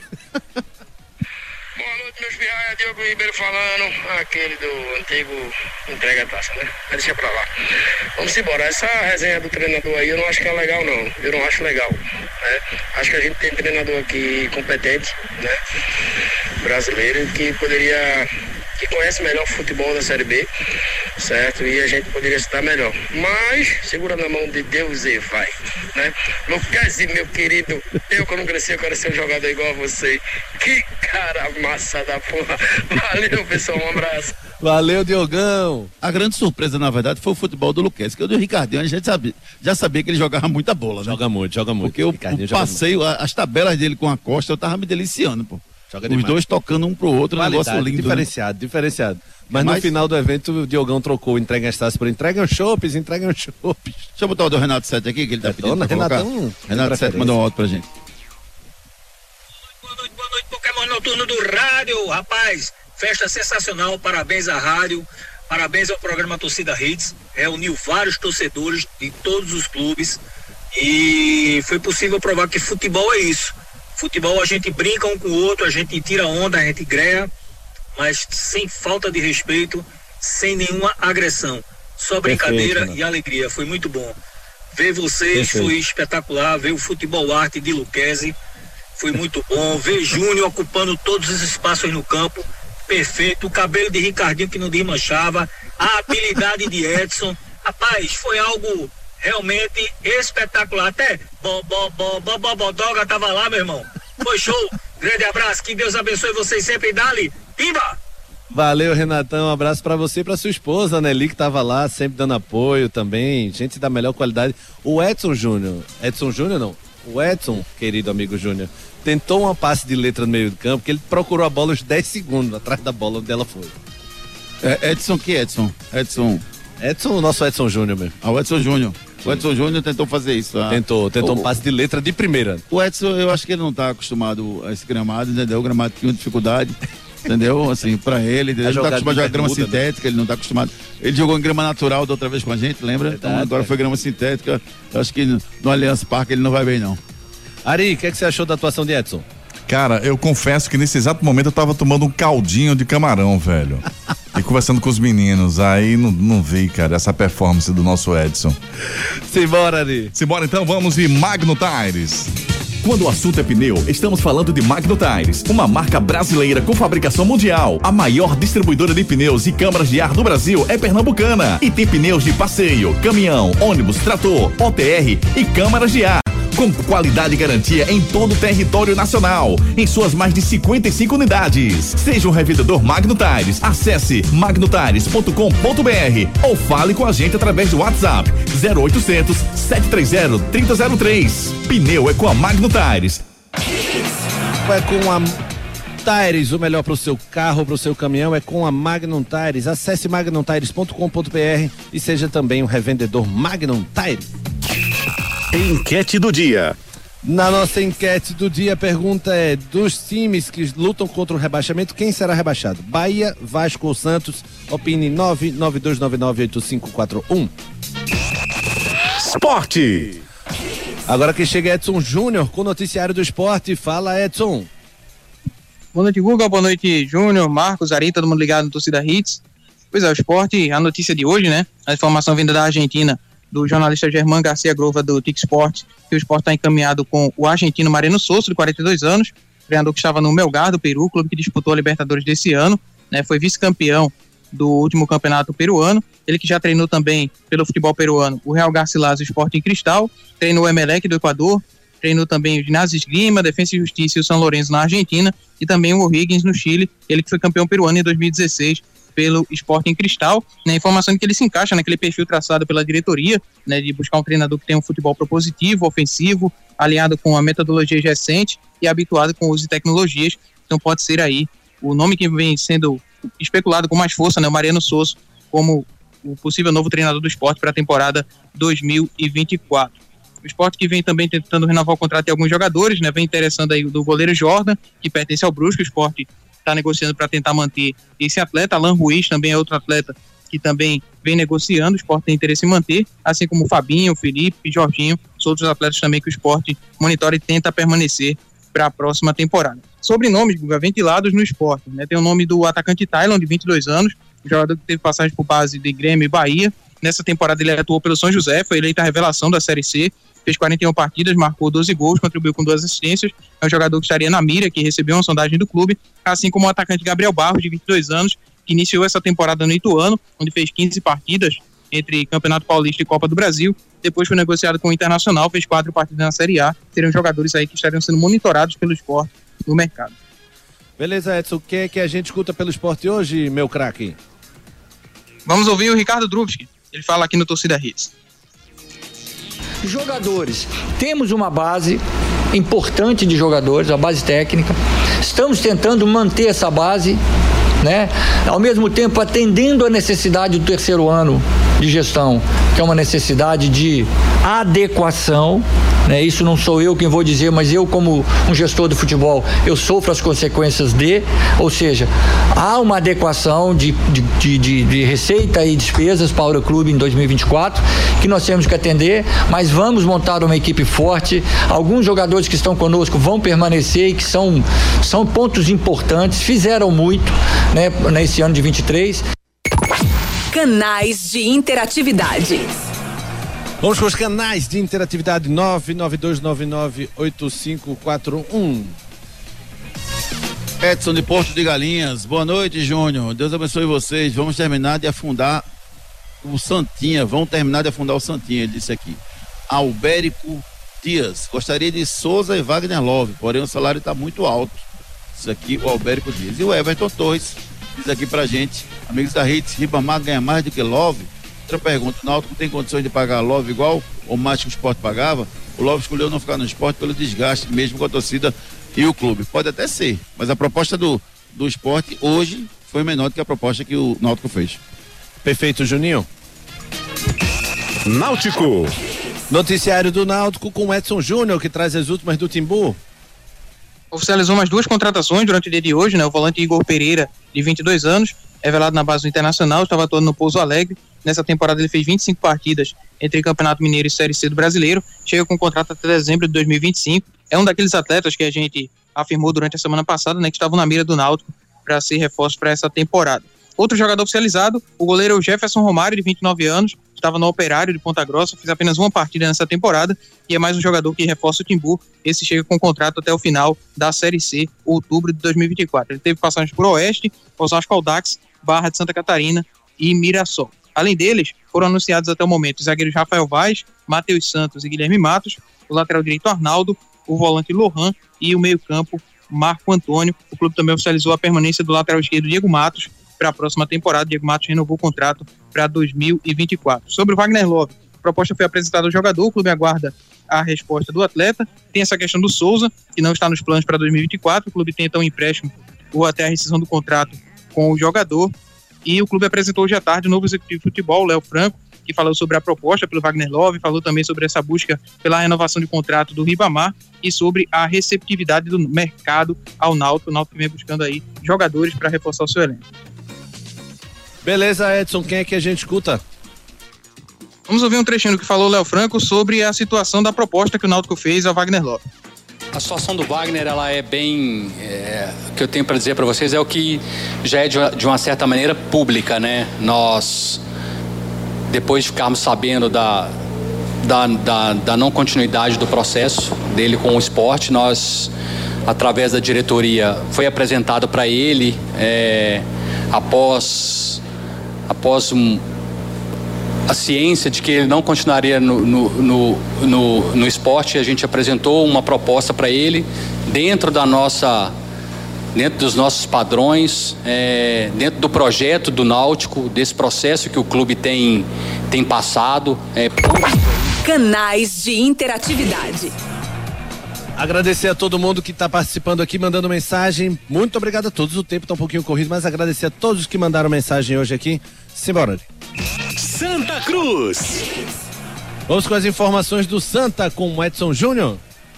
Boa noite, meus pirraia, Diogo Ribeiro falando, aquele do antigo entrega taça, né? Mas deixa pra lá. Vamos embora, essa resenha do treinador aí eu não acho que é legal não, eu não acho legal, né? Acho que a gente tem treinador aqui competente, né? Brasileiro, que poderia, que conhece melhor o futebol da Série B, certo? E a gente poderia estar melhor, mas segura na mão de Deus e vai, né? Luquezzi, meu querido, eu quando cresci eu quero ser um jogador igual a você. Que cara massa da porra. Valeu, pessoal, um abraço. Valeu, Diogão. A grande surpresa, na verdade, foi o futebol do Luquezzi, que o do Ricardinho a gente sabia, já sabia que ele jogava muita bola, né? Joga muito, joga muito. Porque o, o passeio, a, as tabelas dele com a Costa, eu tava me deliciando, pô. Joga Os demais. Dois tocando um pro outro, um negócio lindo. Diferenciado, né? diferenciado. Mas, Mas no final do evento, o Diogão trocou entrega as taças por entrega os chopes, entrega os chopes. Deixa eu botar o do Renato Sete aqui, que ele tá é pedindo pra Renatão, colocar. Renato Sete mandou um áudio pra gente. Boa noite, boa noite, Pokémon Noturno do Rádio, rapaz, festa sensacional, parabéns à rádio, parabéns ao programa Torcida Hits, reuniu vários torcedores de todos os clubes e foi possível provar que futebol é isso. Futebol a gente brinca um com o outro, a gente tira onda, a gente greia, mas sem falta de respeito, sem nenhuma agressão. Só brincadeira Perfeito, e alegria. Foi muito bom. Ver vocês Perfeito. Foi espetacular. Ver o futebol arte de Luquezzi foi muito bom. Ver Júnior ocupando todos os espaços no campo. Perfeito. O cabelo de Ricardinho que não desmanchava. A habilidade de Edson. Rapaz, foi algo realmente espetacular. Até Bobodoga tava lá, meu irmão. Foi show. Grande abraço. Que Deus abençoe vocês sempre. Dali. Viva! Valeu, Renatão. Um abraço pra você e pra sua esposa, Nelly, que tava lá, sempre dando apoio também. Gente da melhor qualidade. O Edson Júnior. Edson Júnior, não. O Edson, querido amigo Júnior, tentou uma passe de letra no meio do campo, que ele procurou a bola uns dez segundos atrás da bola onde ela foi. É, Edson, que Edson? Edson. Edson, o nosso Edson Júnior mesmo. Ah, o Edson Júnior. O Edson Júnior tentou fazer isso. Ah. Tentou, tentou o, um passe de letra de primeira. O Edson, eu acho que ele não tá acostumado a esse gramado, entendeu? O gramado tinha dificuldade, entendeu? Assim, pra ele, ele não tá acostumado a jogar grama bermuda, sintética, né? Ele não tá acostumado. Ele jogou em grama natural da outra vez com a gente, lembra? Verdade, então agora é. foi grama sintética. Eu acho que no, no Allianz Parque ele não vai bem, não. Ari, o que, é que você achou da atuação de Edson? Cara, eu confesso que nesse exato momento eu tava tomando um caldinho de camarão, velho. E conversando com os meninos, aí não, não vi, cara, essa performance do nosso Edson. Simbora, Ari. Simbora então, vamos de Magno Tires. Quando o assunto é pneu, estamos falando de Magno Tires, uma marca brasileira com fabricação mundial. A maior distribuidora de pneus e câmaras de ar do Brasil é pernambucana e tem pneus de passeio, caminhão, ônibus, trator, O T R e câmaras de ar. Com qualidade e garantia em todo o território nacional, em suas mais de cinquenta e cinco unidades. Seja um revendedor Magno Tires. Acesse magno tires ponto com ponto b r ou fale com a gente através do WhatsApp zero oitocentos, sete três zero, três zero zero três. Pneu é com a Magno Tires. É com a Tires, o melhor para o seu carro, para o seu caminhão, é com a Magnum Tires. Acesse magno tires ponto com ponto b r e seja também um revendedor Magnum Tires. Enquete do dia. Na nossa enquete do dia, a pergunta é: dos times que lutam contra o rebaixamento, quem será rebaixado? Bahia, Vasco ou Santos? Opine nove nove dois nove nove oito cinco quatro um. Esporte. Agora que chega Edson Júnior com o noticiário do esporte. Fala, Edson. Boa noite, Guga. Boa noite, Júnior, Marcos, Ari, todo mundo ligado no Torcida Hits. Pois é, o esporte, a notícia de hoje, né? A informação vinda da Argentina do jornalista Germán Garcia Grova do T I C Sport, que o Sport está encaminhado com o argentino Mariano Souza, de quarenta e dois anos, treinador que estava no Melgar do Peru, clube que disputou a Libertadores desse ano, né, foi vice-campeão do último campeonato peruano. Ele que já treinou também pelo futebol peruano o Real Garcilaso e o Sporting Cristal, treinou o Emelec do Equador, treinou também o Ginásio Esgrima, Defensa e Justiça e o São Lourenço na Argentina, e também o O'Higgins no Chile, ele que foi campeão peruano em dois mil e dezesseis pelo Sporting Cristal, né, informação de que ele se encaixa naquele perfil traçado pela diretoria, né, de buscar um treinador que tenha um futebol propositivo, ofensivo, alinhado com a metodologia recente e habituado com o uso de tecnologias. Então pode ser aí o nome que vem sendo especulado com mais força, né, o Mariano Souza, como o possível novo treinador do Sport para a temporada dois mil e vinte e quatro. O Sport que vem também tentando renovar o contrato de alguns jogadores, né, vem interessando aí do goleiro Jordan, que pertence ao Brusque. O Sport está negociando para tentar manter esse atleta. Alan Ruiz também é outro atleta que também vem negociando, o Sport tem interesse em manter, assim como o Fabinho, o Felipe e Jorginho, são outros atletas também que o Sport monitora e tenta permanecer para a próxima temporada. Sobrenomes, Guga, ventilados no Sport, né? Tem o nome do atacante Tylon, de vinte e dois anos, jogador que teve passagem por base de Grêmio e Bahia. Nessa temporada ele atuou pelo São José, foi eleito a revelação da Série C, fez quarenta e uma partidas, marcou doze gols, contribuiu com duas assistências. É um jogador que estaria na mira, que recebeu uma sondagem do clube, assim como o atacante Gabriel Barros, de vinte e dois anos, que iniciou essa temporada no Ituano, onde fez quinze partidas entre Campeonato Paulista e Copa do Brasil. Depois foi negociado com o Internacional, fez quatro partidas na Série A. Seriam jogadores aí que estariam sendo monitorados pelo Sport no mercado. Beleza, Edson, o que é que a gente escuta pelo Sport hoje, meu craque? Vamos ouvir o Ricardo Drubski, ele fala aqui no Torcida Hits. Jogadores, temos uma base importante de jogadores, a base técnica, estamos tentando manter essa base, né? Ao mesmo tempo atendendo a necessidade do terceiro ano de gestão, que é uma necessidade de adequação, né? Isso não sou eu quem vou dizer, mas eu, como um gestor de futebol, eu sofro as consequências de, ou seja, há uma adequação de, de, de, de receita e despesas para o clube em dois mil e vinte e quatro, que nós temos que atender, mas vamos montar uma equipe forte. Alguns jogadores que estão conosco vão permanecer e que são, são pontos importantes, fizeram muito, né, nesse ano de vinte e três. Canais de interatividade. Vamos com os canais de interatividade nove nove dois nove nove oito cinco quatro um. Edson de Porto de Galinhas, boa noite, Júnior. Deus abençoe vocês. Vamos terminar de afundar o Santinha. Vamos terminar de afundar o Santinha, ele disse aqui. Albérico Dias, gostaria de Souza e Wagner Love, porém o salário está muito alto. Isso aqui, o Albérico Dias. E o Everton Torres diz aqui pra gente, amigos da Hits, Ribamar ganha mais do que Love? Outra pergunta, o Náutico tem condições de pagar Love igual ou mais que o Sport pagava? O Love escolheu não ficar no Sport pelo desgaste, mesmo com a torcida e o clube. Pode até ser, mas a proposta do, do Sport hoje foi menor do que a proposta que o Náutico fez. Perfeito, Juninho. Náutico. Noticiário do Náutico com Edson Júnior, que traz as últimas do Timbu. Oficializou mais duas contratações durante o dia de hoje, né? O volante Igor Pereira, de vinte e dois anos, revelado na base do Internacional, estava atuando no Pouso Alegre. Nessa temporada ele fez vinte e cinco partidas entre Campeonato Mineiro e Série C do Brasileiro, chega com contrato até dezembro de dois mil e vinte e cinco. É um daqueles atletas que a gente afirmou durante a semana passada, né, que estavam na mira do Náutico para ser reforço para essa temporada. Outro jogador oficializado, o goleiro Jefferson Romário, de vinte e nove anos, estava no Operário de Ponta Grossa, fez apenas uma partida nessa temporada e é mais um jogador que reforça o Timbu. Esse chega com contrato até o final da Série C, outubro de dois mil e vinte e quatro. Ele teve passagens por Oeste, Osasco Audax, Barra de Santa Catarina e Mirassol. Além deles, foram anunciados até o momento os zagueiros Rafael Vaz, Matheus Santos e Guilherme Matos, o lateral direito Arnaldo, o volante Lohan e o meio-campo Marco Antônio. O clube também oficializou a permanência do lateral esquerdo Diego Matos para a próxima temporada. Diego Matos renovou o contrato para dois mil e vinte e quatro. Sobre o Wagner Love, a proposta foi apresentada ao jogador, o clube aguarda a resposta do atleta. Tem essa questão do Souza, que não está nos planos para dois mil e vinte e quatro, o clube tenta um empréstimo ou até a rescisão do contrato com o jogador, e o clube apresentou hoje à tarde o novo executivo de futebol, Léo Franco, que falou sobre a proposta pelo Wagner Love, falou também sobre essa busca pela renovação de contrato do Ribamar e sobre a receptividade do mercado ao Náutico. O Náutico vem buscando aí jogadores para reforçar o seu elenco. Beleza, Edson, quem é que a gente escuta? Vamos ouvir um trechinho do que falou o Léo Franco sobre a situação da proposta que o Náutico fez ao Wagner Love. A situação do Wagner, ela é bem, é, o que eu tenho para dizer para vocês é o que já é de uma, de uma certa maneira pública, né? Nós, depois de ficarmos sabendo da, da, da, da não continuidade do processo dele com o esporte. Nós, através da diretoria, foi apresentado para ele é, após, após um, a ciência de que ele não continuaria no, no, no, no, no esporte. A gente apresentou uma proposta para ele dentro da nossa dentro dos nossos padrões, é, dentro do projeto do Náutico, desse processo que o clube tem, tem passado. É... Canais de interatividade. Agradecer a todo mundo que está participando aqui, mandando mensagem. Muito obrigado a todos. O tempo está um pouquinho corrido, mas agradecer a todos que mandaram mensagem hoje aqui. Simbora. Santa Cruz. Vamos com as informações do Santa com o Edson Júnior.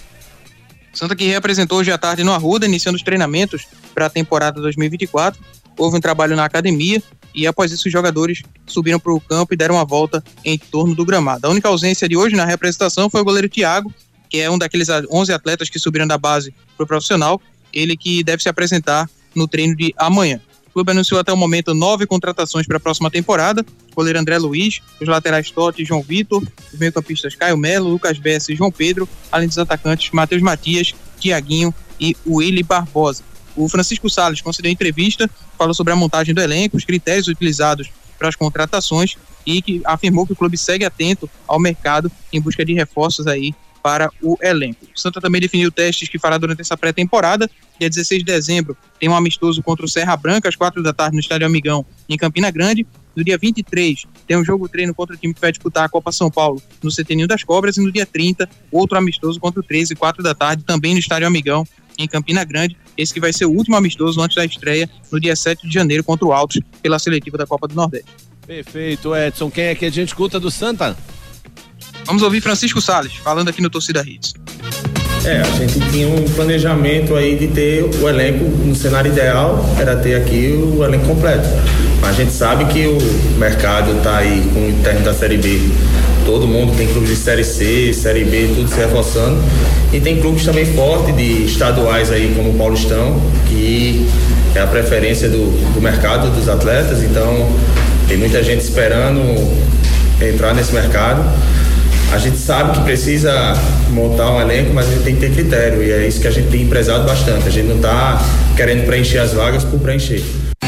Santa que reapresentou hoje à tarde no Arruda, iniciando os treinamentos para a temporada dois mil e vinte e quatro. Houve um trabalho na academia e após isso os jogadores subiram para o campo e deram uma volta em torno do gramado. A única ausência de hoje na reapresentação foi o goleiro Thiago, que é um daqueles onze atletas que subiram da base para o profissional, ele que deve se apresentar no treino de amanhã. O clube anunciou até o momento nove contratações para a próxima temporada: o goleiro André Luiz, os laterais Totti e João Vitor, os meio-campistas Caio Melo, Lucas Bessa e João Pedro, além dos atacantes Matheus Matias, Tiaguinho e Willy Barbosa. O Francisco Salles concedeu entrevista, falou sobre a montagem do elenco, os critérios utilizados para as contratações e que afirmou que o clube segue atento ao mercado em busca de reforços aí para o elenco. O Santa também definiu testes que fará durante essa pré-temporada. Dia dezesseis de dezembro tem um amistoso contra o Serra Branca às quatro da tarde no Estádio Amigão em Campina Grande. No dia vinte e três tem um jogo treino contra o time que vai disputar a Copa São Paulo no C T Ninho das Cobras, e no dia trinta outro amistoso contra o treze, quatro da tarde, também no Estádio Amigão em Campina Grande. Esse que vai ser o último amistoso antes da estreia no dia sete de janeiro contra o Altos pela seletiva da Copa do Nordeste. Perfeito, Edson. Quem é que a gente escuta do Santa? Vamos ouvir Francisco Salles, falando aqui no Torcida Hits. É, a gente tinha um planejamento aí de ter o elenco, no cenário ideal, era ter aqui o elenco completo. Mas a gente sabe que o mercado está aí com o término da Série B. Todo mundo tem clubes de Série C, Série B, tudo se reforçando. E tem clubes também fortes de estaduais aí, como o Paulistão, que é a preferência do, do mercado dos atletas. Então, tem muita gente esperando entrar nesse mercado. A gente sabe que precisa montar um elenco, mas a gente tem que ter critério, e é isso que a gente tem empresado bastante. A gente não está querendo preencher as vagas por preencher.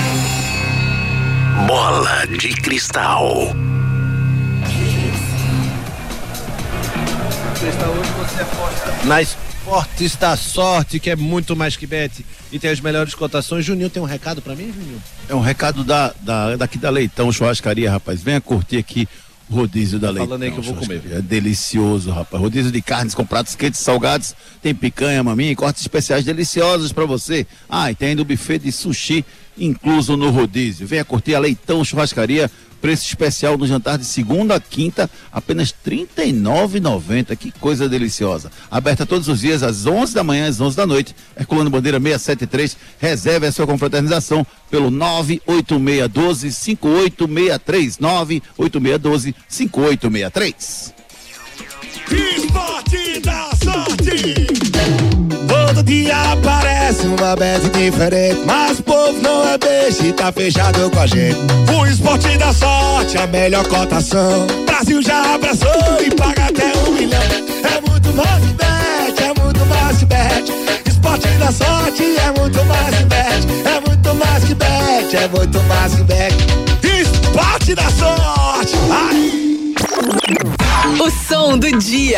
Bola de Cristal. Na Esportes da Sorte, que é muito mais que bet e tem as melhores cotações. Juninho, tem um recado pra mim, Juninho? É um recado da, da, daqui da Leitão Churrascaria, rapaz. Venha curtir aqui o rodízio da Leitão. Falando aí que eu vou comer. É delicioso, rapaz. Rodízio de carnes com pratos quentes salgados. Tem picanha, maminha e cortes especiais deliciosos pra você. Ah, e tem ainda o buffet de sushi incluso no rodízio. Venha curtir a Leitão Churrascaria. Preço especial no jantar de segunda a quinta, apenas trinta e nove reais e noventa centavos. Que coisa deliciosa. Aberta todos os dias às onze da manhã às onze da noite. Herculano Bandeira seiscentos e setenta e três. Reserve a sua confraternização pelo nove oito seis um dois cinco oito seis três. nove oito seis um dois cinco oito seis três. Esporte da Sorte. Todo dia aparece uma bet diferente, mas o povo não é beijo e tá fechado com a gente. O Esporte da Sorte, a melhor cotação. Brasil já abraçou e paga até um milhão. É muito mais que bet, é muito mais que bet. Esporte da Sorte é muito mais que bet. É muito mais que bet, é muito mais que bet. Esporte da Sorte. Ai. O som do dia.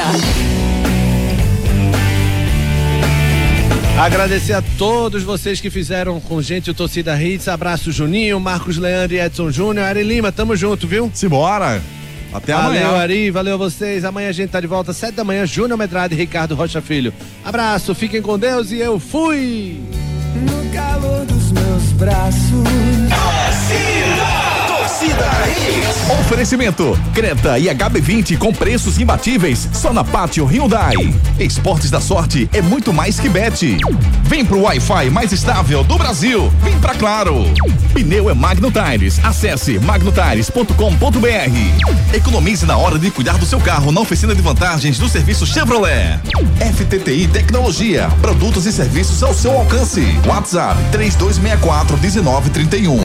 Agradecer a todos vocês que fizeram com gente o Torcida Hits. Abraço, Juninho, Marcos Leandro e Edson Júnior. Ari Lima, tamo junto, viu? Simbora. Até valeu, amanhã. Valeu, Ari, valeu a vocês. Amanhã a gente tá de volta, sete da manhã, Júnior Medrado e Ricardo Rocha Filho. Abraço, fiquem com Deus e eu fui! No calor dos meus braços. Torcida! Torcida Hits. Oferecimento Creta e H B vinte com preços imbatíveis só na Pátio Hyundai. Esportes da Sorte é muito mais que bet. Vem pro Wi-Fi mais estável do Brasil. Vem pra Claro. Pneu é Magno Tires. Acesse magno tires ponto com ponto br. Economize na hora de cuidar do seu carro na oficina de vantagens do serviço Chevrolet. F T T I Tecnologia. Produtos e serviços ao seu alcance. WhatsApp três dois seis quatro um nove três um.